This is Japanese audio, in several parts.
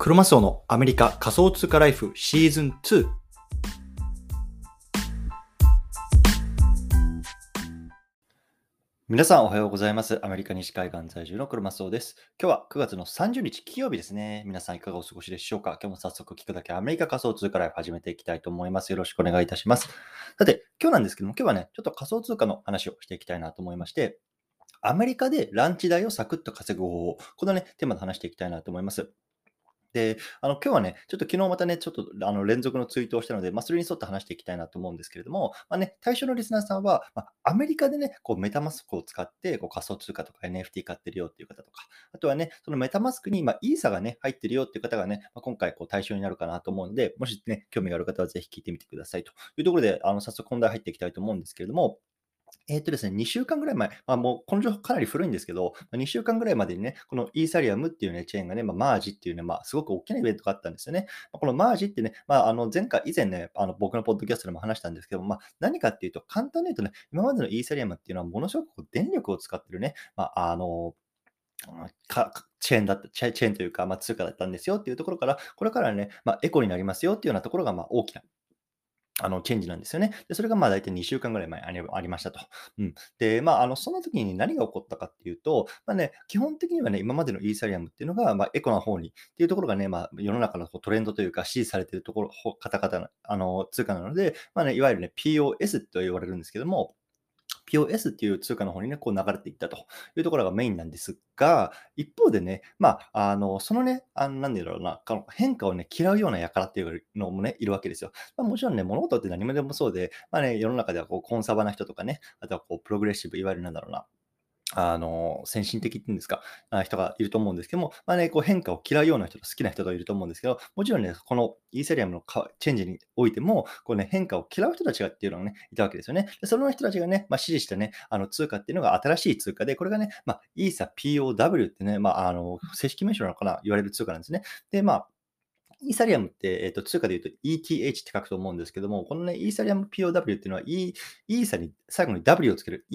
クロマスオのアメリカ仮想通貨ライフシーズン2。皆さんおはようございます。アメリカ西海岸在住のクロマスオです。今日は9月の30日金曜日ですね。皆さんいかがお過ごしでしょうか。今日も早速聞くだけアメリカ仮想通貨ライフ始めていきたいと思います。よろしくお願いいたします。さて、今日なんですけども、今日はね、ちょっと仮想通貨の話をしていきたいなと思いまして、アメリカでランチ代をサクッと稼ぐ方法、このね、テーマで話していきたいなと思います。で、今日はね、ちょっと昨日またね、ちょっと連続のツイートをしたので、それに沿って話していきたいなと思うんですけれども、対象のリスナーさんは、アメリカでね、こうメタマスクを使って、こう仮想通貨とか NFT 買ってるよっていう方とか、あとはね、そのメタマスクに、イーサがね、入ってるよっていう方がね、今回こう対象になるかなと思うので、もしね、興味がある方はぜひ聞いてみてくださいというところで、早速本題入っていきたいと思うんですけれども、ですね、2週間ぐらい前、もうこの情報かなり古いんですけど、2週間ぐらいまでにね、このイーサリアムっていうね、チェーンがね、マージっていうね、すごく大きなイベントがあったんですよね。このマージってね、以前ね、僕のポッドキャストでも話したんですけども、何かっていうと、簡単に言うとね、今までのイーサリアムっていうのはものすごくこう電力を使ってるね、チェーンだった、チェーンというか、通貨だったんですよっていうところから、これからね、エコになりますよっていうようなところが、大きなチェンジなんですよね。で、それが大体2週間ぐらい前ありましたと。うん。で、その時に何が起こったかっていうと、基本的にはね、今までのイーサリアムっていうのが、エコな方にっていうところがね、世の中のこうトレンドというか支持されているところ、方々の、通貨なので、いわゆるね、POS と言われるんですけども、POS っていう通貨の方にね、こう流れていったというところがメインなんですが、一方でね、そのね、なんでだろうな、この変化をね、嫌うような輩っていうのもね、いるわけですよ。もちろんね、物事って何もでもそうで、世の中ではこうコンサバな人とかね、あとはこうプログレッシブ、いわゆるなんだろうな、先進的っていうんですか、人がいると思うんですけども、こう変化を嫌うような人と好きな人がいると思うんですけど、もちろんね、このイーサリアムのチェンジにおいても、こうね、変化を嫌う人たちがっていうのがね、いたわけですよね。で、その人たちがね、支持したね、通貨っていうのが新しい通貨で、これがね、イーサ POW ってね、正式名称なのかな、言われる通貨なんですね。で、イーサリアムって、通貨で言うと ETH って書くと思うんですけども、このね、イーサリアム POW っていうのは、イーサに最後に W をつける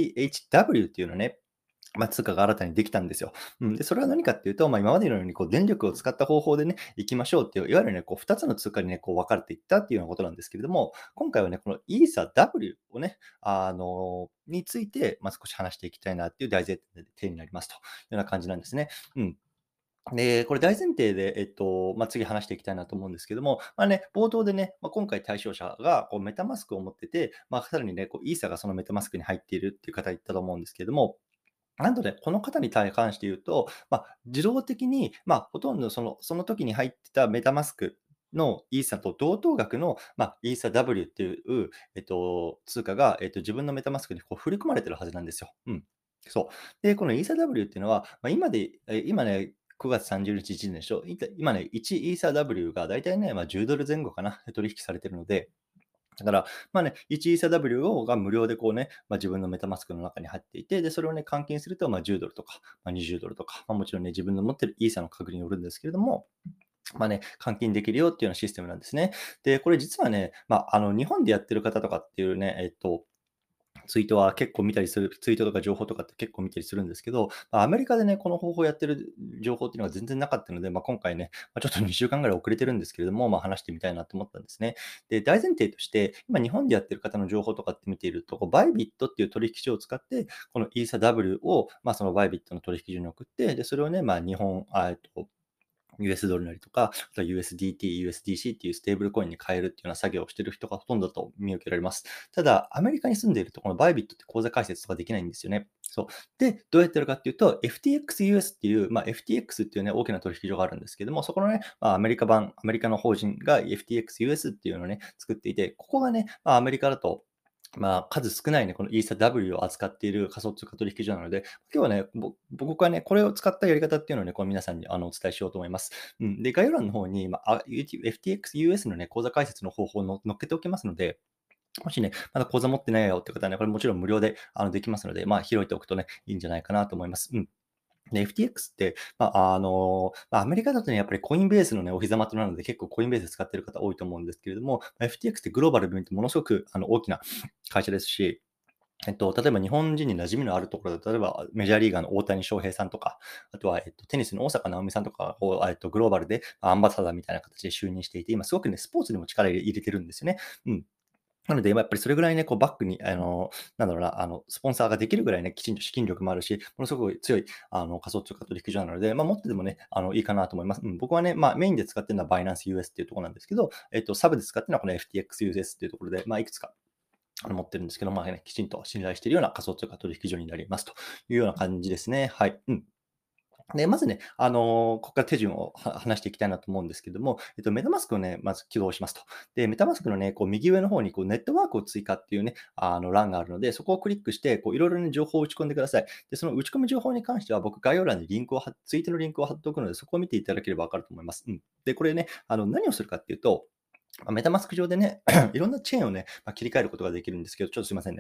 ETHW っていうのはね、通貨が新たにできたんですよ。うん。で、それは何かっていうと、今までのようにこう電力を使った方法でね、行きましょうっていう、いわゆるね、こう2つの通貨にね、こう分かれていったっていうようなことなんですけれども、今回はね、このイーサ W をね、について、少し話していきたいなっていう大前提になりますというような感じなんですね。うん。で、これ大前提で、次話していきたいなと思うんですけども、冒頭でね、今回対象者がこうメタマスクを持ってて、さらにね、こうイーサがそのメタマスクに入っているっていう方言ったと思うんですけれども、なんとね、この方に関して言うと、自動的に、ほとんどその時に入ってたメタマスクのイーサと同等額の、イーサ W っていう、通貨が、自分のメタマスクにこう振り込まれてるはずなんですよ。うん。そう。で、このイーサ W っていうのは、今ね、9月30日時点でしょ。今ね、1イーサ W がだいたいね、10ドル前後かな、取引されてるので、だから、1イーサ W が無料でこうね、自分のメタマスクの中に入っていて、で、それをね、換金すると、10ドルとか、20ドルとか、もちろんね、自分の持ってるイーサの価格によるんですけれども、換金できるよっていうようなシステムなんですね。で、これ実はね、日本でやってる方とかっていうね、ツイートは結構見たりする、ツイートとか情報とかって結構見たりするんですけど、アメリカでね、この方法をやってる情報っていうのは全然なかったので、今回ね、ちょっと2週間ぐらい遅れてるんですけれども、話してみたいなと思ったんですね。で、大前提として、今日本でやってる方の情報とかって見ていると、バイビットっていう取引所を使って、このイーサ W を、そのバイビットの取引所に送って、で、それをね、日本、US ドルなりとか、あとは USDT、USDC っていうステーブルコインに変えるっていうような作業をしている人がほとんどだと見受けられます。ただ、アメリカに住んでいると、このバイビットって口座開設とかできないんですよね。そう。で、どうやってやるかっていうと、FTXUS っていう、FTX っていうね、大きな取引所があるんですけども、そこのね、アメリカの法人が FTXUS っていうのをね、作っていて、ここがね、アメリカだと、数少ないね、このイーサ W を扱っている仮想通貨取引所なので、今日はね、僕はね、これを使ったやり方っていうのをね、こう皆さんにお伝えしようと思います。うん。で、概要欄の方に、FTXUS のね、口座開設の方法を載っけておきますので、もしね、まだ口座持ってないよって方はね、これもちろん無料でできますので、広いておくとね、いいんじゃないかなと思います。うん。で、FTX って、アメリカだとね、やっぱりコインベースのね、お膝元なので、結構コインベース使ってる方多いと思うんですけれども、FTX ってグローバルで見るとものすごく大きな会社ですし、 例えば日本人に馴染みのあるところで、例えばメジャーリーガーの大谷翔平さんとか、あとは、テニスの大坂なおみさんとかが、こう、グローバルでアンバサダーみたいな形で就任していて、今すごくね、スポーツにも力入れてるんですよね。うん。なので、やっぱりそれぐらいね、こうバックに、なんだろうな、スポンサーができるぐらいね、きちんと資金力もあるし、ものすごく強い、仮想通貨取引所なので、持っててもね、いいかなと思います。うん、僕はね、メインで使ってるのはバイナンス US っていうところなんですけど、サブで使ってるのはこの FTX US っていうところで、いくつか持ってるんですけど、きちんと信頼しているような仮想通貨取引所になりますというような感じですね。はい。うん。で、まずね、ここから手順を話していきたいなと思うんですけども、メタマスクをね、まず起動しますと。で、メタマスクのね、こう右上の方にこうネットワークを追加っていうね、欄があるので、そこをクリックして、こういろいろな情報を打ち込んでください。で、その打ち込む情報に関しては、僕概要欄にツイートのリンクを貼っておくので、そこを見ていただければわかると思います。うん。で、これね、何をするかっていうと、メタマスク上でね、いろんなチェーンをね、切り替えることができるんですけど、ちょっとすいませんね。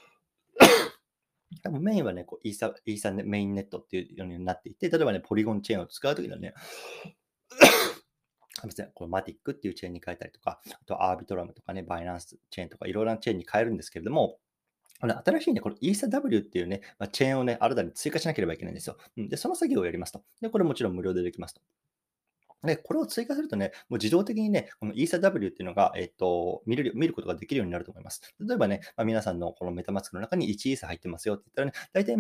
多分メインはね、こうイーサねメインネットっていうようになっていて、例えばね、ポリゴンチェーンを使うときにはね、すみません、これマティックっていうチェーンに変えたりとか、あとアービトラムとかね、バイナンスチェーンとかいろいろなチェーンに変えるんですけれども、新しいね、このイーサ W っていうね、チェーンをね、新たに追加しなければいけないんですよ。うん、で、その作業をやりますと。で、これもちろん無料でできますと。で、これを追加するとね、もう自動的にね、このイーサ W っていうのが、見ることができるようになると思います。例えばね、皆さんのこのメタマスクの中に1イーサ入ってますよって言ったらね、大体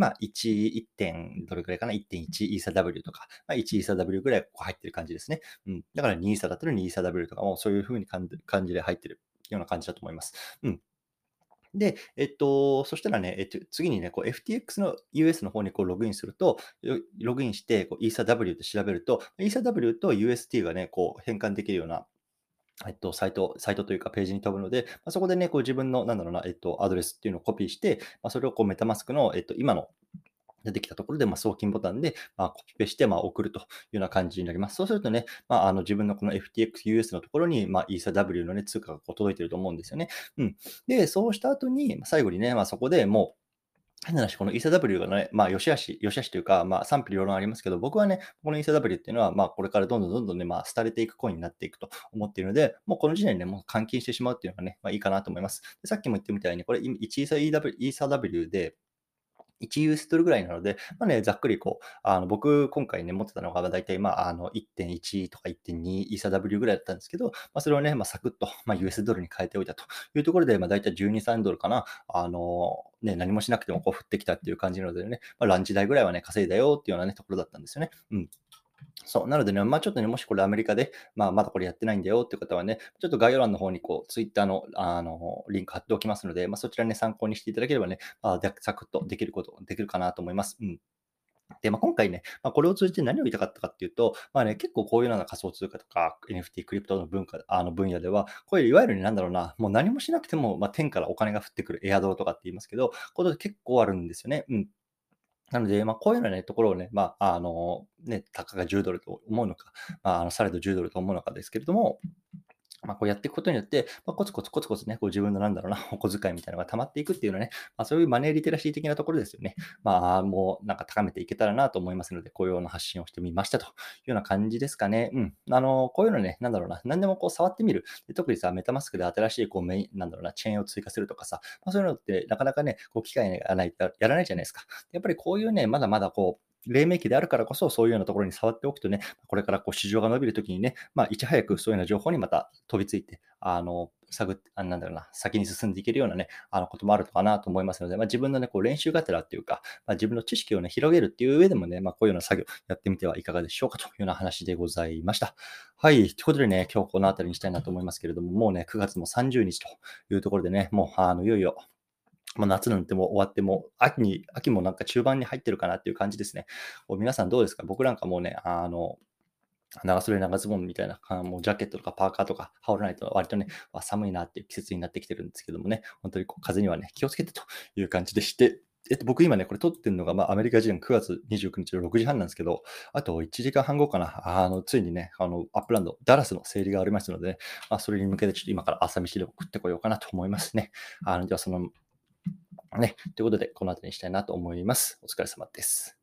1点、どれくらいかな、1.1イーサ W とか、1イーサ W ぐらいこう入ってる感じですね。うん。だから2イーサだったら2イーサ W とかもそういう風に感じで入ってるような感じだと思います。うん。で、そしたらね、次にね、こう FTX の US の方にこうログインすると、ログインして、こうイーサ W って調べると、イーサ W と UST がね、こう変換できるような、サイトというかページに飛ぶので、そこでね、こう自分の、なんだろうな、アドレスっていうのをコピーして、それをこうメタマスクの、今の出てきたところで、送金ボタンで、コピペして、送るというような感じになります。そうするとね、自分のこの FTX US のところに、イーサ W のね、通貨がこう届いてると思うんですよね。うん。で、そうした後に、最後にね、そこでもう、変な話、このイーサ W がね、良し悪しというか、賛否両論ありますけど、僕はね、このイーサ W っていうのは、これからどんどんね、廃れていくコインになっていくと思っているので、もうこの時点でもう換金してしまうっていうのがね、いいかなと思います。で、さっきも言ったみたいに、これ1イーサ イーサ W で、1ユースドルぐらいなので、ざっくりこう、僕、今回ね、持ってたのが、だいたい、1.1とか1.2イーサ W ぐらいだったんですけど、それをね、サクッと、US ドルに変えておいたというところで、だいたい12、3ドルかな、何もしなくてもこう降ってきたっていう感じなのでね、ランチ代ぐらいはね、稼いだよっていうようなね、ところだったんですよね。うん。そう、なのでね、ちょっとね、もしこれアメリカで、まだこれやってないんだよって方はね、ちょっと概要欄の方にこう、ツイッターの、リンク貼っておきますので、そちらね、参考にしていただければね、サクッとできるかなと思います。うん。で、今回ね、これを通じて何を言いたかったかっていうと、結構こういうような仮想通貨とか NFT、クリプトの分野では、こういういわゆるね、なんだろうな、もう何もしなくても、天からお金が降ってくるエアドロとかって言いますけど、ことで結構あるんですよね。うん。なので、こういうようなね、ところをね、たかが$10と思うのか、されど$10と思うのかですけれども、こうやっていくことによって、コツコツコツコツね、こう自分のなんだろうな、お小遣いみたいなのが溜まっていくっていうのはね、そういうマネーリテラシー的なところですよね。もうなんか高めていけたらなと思いますので、こういうような発信をしてみましたというような感じですかね。うん。こういうのね、なんだろうな、何でもこう触ってみる。で特にさ、メタマスクで新しいこうなんだろうな、チェーンを追加するとかさ、そういうのってなかなかね、こう機会がないとやらないじゃないですか。やっぱりこういうね、まだまだこう、黎明期であるからこそ、そういうようなところに触っておくとね、これからこう市場が伸びるときにね、いち早くそういうような情報にまた飛びついて、探って、なんだろうな、先に進んでいけるようなね、こともあるのかなと思いますので、自分のね、こう練習がてらっていうか、自分の知識をね、広げるっていう上でもね、こういうような作業やってみてはいかがでしょうかというような話でございました。はい。ということでね、今日この辺りにしたいなと思いますけれども、もうね、9月も30日というところでね、もう、いよいよ夏なんてもう終わって、もう秋もなんか中盤に入ってるかなっていう感じですね。皆さんどうですか？僕なんかもうね、長袖長ズボンみたいな、もうジャケットとかパーカーとか羽織らないと割とね、寒いなっていう季節になってきてるんですけどもね、本当にこう風にはね、気をつけてという感じでして、僕今ね、これ撮ってるのが、アメリカ時間9月29日の6時半なんですけど、あと1時間半後かな、ついにね、アップランド、ダラスのセールがありますので、それに向けてちょっと今から朝飯でも食ってこようかなと思いますね。ではそのね、ということで、この辺りにしたいなと思います。お疲れ様です。